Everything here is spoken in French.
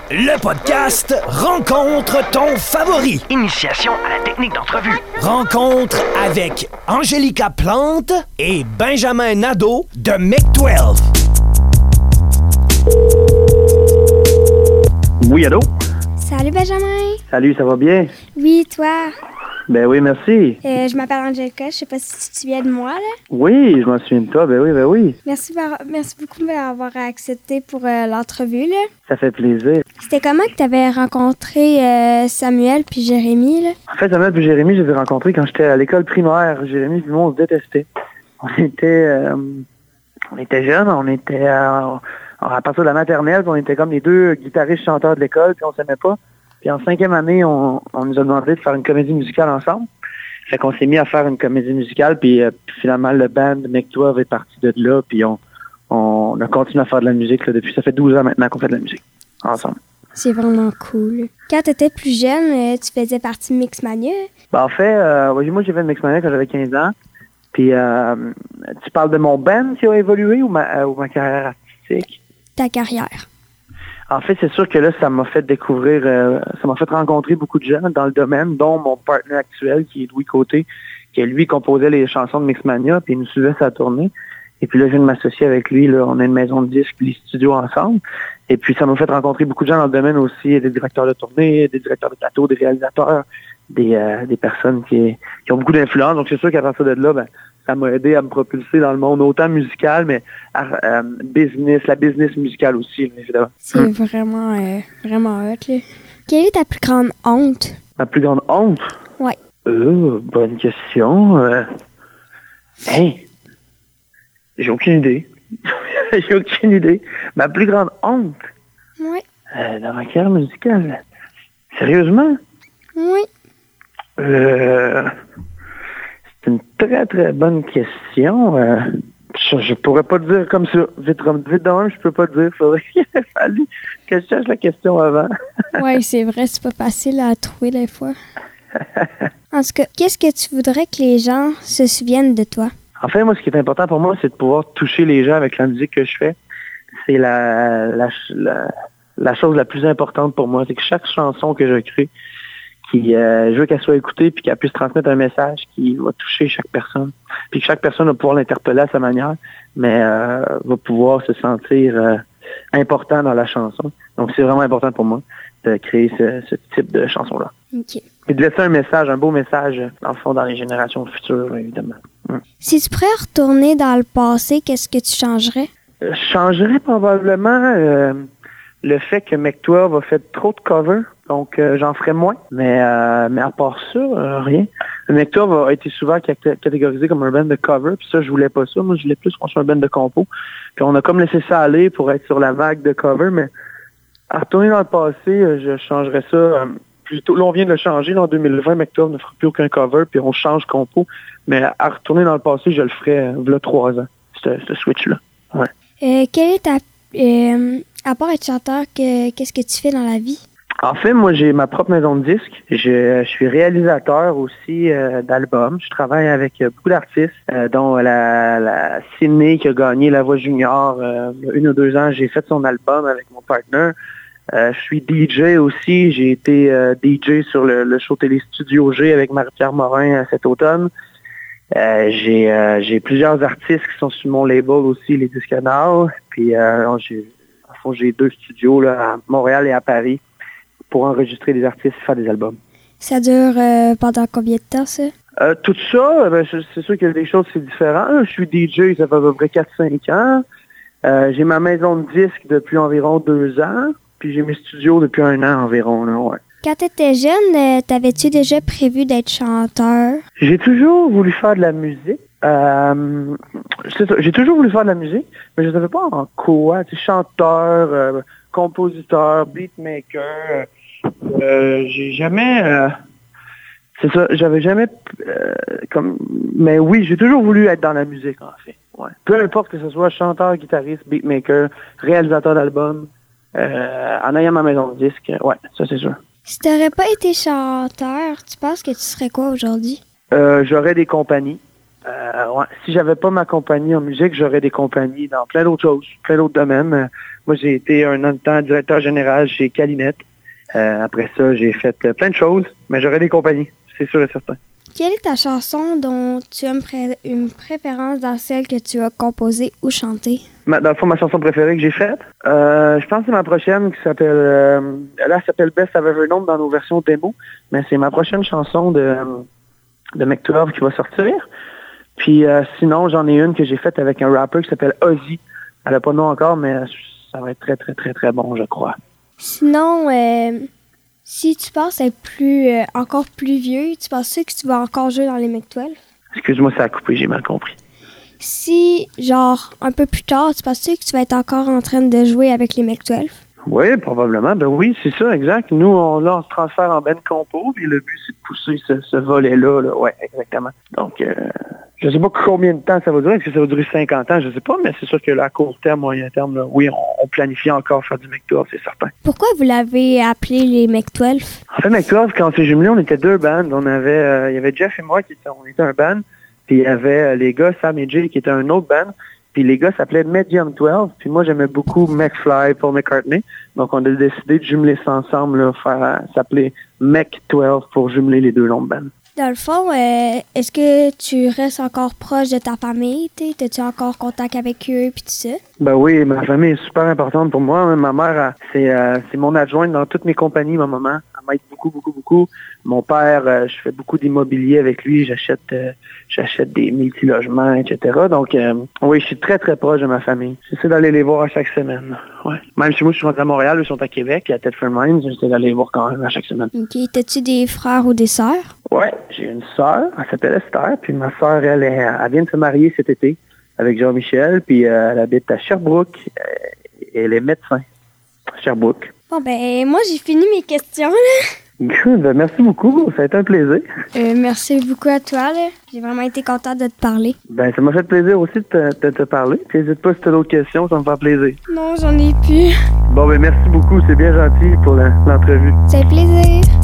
Le podcast Rencontre ton favori. Initiation à la technique d'entrevue. Rencontre avec Angélica Plante et Benjamin Nadeau de Mec12. Oui, allô? Salut Benjamin. Salut, ça va bien? Oui, toi? Ben oui, merci. Je m'appelle Angélica, je sais pas si tu te souviens de moi, là. Oui, je m'en souviens de toi, ben oui. Merci beaucoup d'avoir accepté pour l'entrevue, là. Ça fait plaisir. C'était comment que tu avais rencontré Samuel puis Jérémy, là? En fait, Samuel et Jérémy, je les ai rencontrés quand j'étais à l'école primaire. Jérémy et moi, on se détestait. On était jeunes, à partir de la maternelle, on était comme les deux guitaristes chanteurs de l'école, puis on s'aimait pas. Puis en 5e année, on nous a demandé de faire une comédie musicale ensemble. Fait qu'on s'est mis à faire une comédie musicale, puis finalement, le band Mec12 est parti de là, puis on a continué à faire de la musique là, depuis. Ça fait 12 ans maintenant qu'on fait de la musique ensemble. C'est vraiment cool. Quand tu étais plus jeune, tu faisais partie de Mixmania? Ben, en fait, moi, j'ai fait de Mixmania quand j'avais 15 ans. Puis, tu parles de mon band qui a évolué ou ma carrière artistique? Ta carrière. En fait, c'est sûr que là, ça m'a fait découvrir, ça m'a fait rencontrer beaucoup de gens dans le domaine, dont mon partenaire actuel, qui est Louis Côté, qui lui composait les chansons de Mixmania, puis il nous suivait sa tournée. Et puis là, je viens de m'associer avec lui, là, on a une maison de disques, les studios ensemble. Et puis, ça m'a fait rencontrer beaucoup de gens dans le domaine aussi, des directeurs de tournée, des directeurs de plateau, des réalisateurs, des personnes qui ont beaucoup d'influence. Donc, c'est sûr qu'à partir de là, ça m'a aidé à me propulser dans le monde, autant musical, mais la business musicale aussi, évidemment. C'est vraiment hot, là. Quelle est ta plus grande honte? Ma plus grande honte? Oui. Bonne question. J'ai aucune idée. J'ai aucune idée. Ma plus grande honte? Oui. Dans ma carrière musicale? Sérieusement? Oui. C'est une très, très bonne question. Je pourrais pas te dire comme ça. Vite dans un, je peux pas te dire. Faudrait qu'il ait fallu que je cherche la question avant. Oui, c'est vrai, c'est pas facile à trouver des fois. En tout cas, qu'est-ce que tu voudrais que les gens se souviennent de toi? En fait, moi, ce qui est important pour moi, c'est de pouvoir toucher les gens avec la musique que je fais. C'est la chose la plus importante pour moi. C'est que chaque chanson que je crée, je veux qu'elle soit écoutée puis qu'elle puisse transmettre un message qui va toucher chaque personne. Puis que chaque personne va pouvoir l'interpeller à sa manière, mais va pouvoir se sentir important dans la chanson. Donc, c'est vraiment important pour moi de créer ce type de chanson-là. OK. Et de laisser un message, un beau message, dans le fond, dans les générations futures, évidemment. Si tu pourrais retourner dans le passé, qu'est-ce que tu changerais? Je changerais probablement le fait que Mec12 a fait trop de covers, donc j'en ferais moins. Mais à part ça, rien. Mec12 a été souvent catégorisé comme un band de cover, puis ça, je voulais pas ça. Moi, je voulais plus qu'on soit un band de compo. Puis on a comme laissé ça aller pour être sur la vague de cover, mais à retourner dans le passé, je changerais ça plutôt. Là, on vient de le changer. Là, en 2020, Mec12 ne fera plus aucun cover, puis on change compo. Mais à retourner dans le passé, je le ferais v'là 3 ans, ce switch-là. Ouais. Quelle est ta... à part être chanteur, qu'est-ce que tu fais dans la vie? En fait, moi, j'ai ma propre maison de disques. Je suis réalisateur aussi d'albums. Je travaille avec beaucoup d'artistes, dont la Sydney qui a gagné La Voix Junior il y a 1 ou 2 ans. J'ai fait son album avec mon partner. Je suis DJ aussi. J'ai été DJ sur le show Télé Studio G avec Marie-Pierre Morin cet automne. J'ai plusieurs artistes qui sont sur mon label aussi, les Disques Now. Puis j'ai 2 studios là, à Montréal et à Paris pour enregistrer des artistes et faire des albums. Ça dure pendant combien de temps, ça? Tout ça, c'est sûr qu'il y a des choses, c'est différent. Je suis DJ, ça fait à peu près 4-5 ans. J'ai ma maison de disques depuis environ 2 ans. Puis j'ai mes studios depuis 1 an environ. Là, ouais. Quand tu étais jeune, t'avais-tu déjà prévu d'être chanteur? J'ai toujours voulu faire de la musique. C'est ça, j'ai toujours voulu faire de la musique, mais je ne savais pas en quoi. Tu sais, chanteur, compositeur, beatmaker. J'ai jamais... c'est ça, j'avais jamais... mais oui, j'ai toujours voulu être dans la musique, en fait. Ouais. Peu importe que ce soit chanteur, guitariste, beatmaker, réalisateur d'albums, en ayant ma maison de disques, ouais, ça c'est sûr. Si t'aurais pas été chanteur, tu penses que tu serais quoi aujourd'hui? J'aurais des compagnies. Ouais. Si j'avais pas ma compagnie en musique, j'aurais des compagnies dans plein d'autres choses, plein d'autres domaines. Moi, j'ai été un an de temps directeur général chez Calinette. Après ça, j'ai fait plein de choses, mais j'aurais des compagnies, c'est sûr et certain. Quelle est ta chanson dont tu as une préférence dans celle que tu as composée ou chantée? Dans le fond, ma chanson préférée que j'ai faite, je pense que c'est ma prochaine qui s'appelle... là, elle s'appelle Best I've Ever Known dans nos versions démo, mais c'est ma prochaine chanson de Mec12 qui va sortir. Puis sinon, j'en ai une que j'ai faite avec un rapper qui s'appelle Ozzy. Elle n'a pas de nom encore, mais ça va être très, très, très, très bon, je crois. Sinon, si tu penses être encore plus vieux, tu penses que tu vas encore jouer dans les Mec12? Excuse-moi, ça a coupé, j'ai mal compris. Si, genre, un peu plus tard, tu penses que tu vas être encore en train de jouer avec les Mec12? Oui, probablement. Ben oui, c'est ça, exact. Nous, on se transfère en band compo, puis le but, c'est de pousser ce volet-là. Là. Ouais, exactement. Donc, je sais pas combien de temps ça va durer. Est-ce que ça va durer 50 ans? Je sais pas, mais c'est sûr que là, à court terme, moyen terme, là, oui, on planifie encore faire du Mec12, c'est certain. Pourquoi vous l'avez appelé les Mec12? En fait, Mec12, quand on s'est jumelés, on était deux bands. On avait, il y avait Jeff et moi on était un band, puis il y avait les gars, Sam et Jay, qui étaient un autre band. Puis les gars s'appelaient Medium 12, puis moi j'aimais beaucoup McFly, Paul McCartney. Donc on a décidé de jumeler ça ensemble, là, s'appeler Mec12 pour jumeler les deux noms de band. Dans le fond, est-ce que tu restes encore proche de ta famille? T'as-tu encore contact avec eux puis tout ça? Ben oui, ma famille est super importante pour moi. Ma mère, c'est mon adjointe dans toutes mes compagnies, ma maman. Elle m'aide beaucoup, beaucoup, beaucoup. Mon père, je fais beaucoup d'immobilier avec lui. J'achète des multi-logements, etc. Donc, oui, je suis très, très proche de ma famille. J'essaie d'aller les voir à chaque semaine. Ouais. Même si moi, je suis rentré à Montréal, eux sont à Québec, à Thetford Mines, j'essaie d'aller les voir quand même à chaque semaine. OK. T'as-tu des frères ou des sœurs? Ouais, j'ai une sœur, elle s'appelle Esther, puis ma sœur, elle vient de se marier cet été avec Jean-Michel, puis elle habite à Sherbrooke, et elle est médecin à Sherbrooke. Bon, ben, moi, j'ai fini mes questions, là. Good, ben, merci beaucoup, ça a été un plaisir. Merci beaucoup à toi, là. J'ai vraiment été contente de te parler. Ben, ça m'a fait plaisir aussi de te parler. Puis n'hésite pas si tu as d'autres questions, ça me fait plaisir. Non, j'en ai plus. Bon, ben, merci beaucoup, c'est bien gentil pour l'entrevue. C'est un plaisir.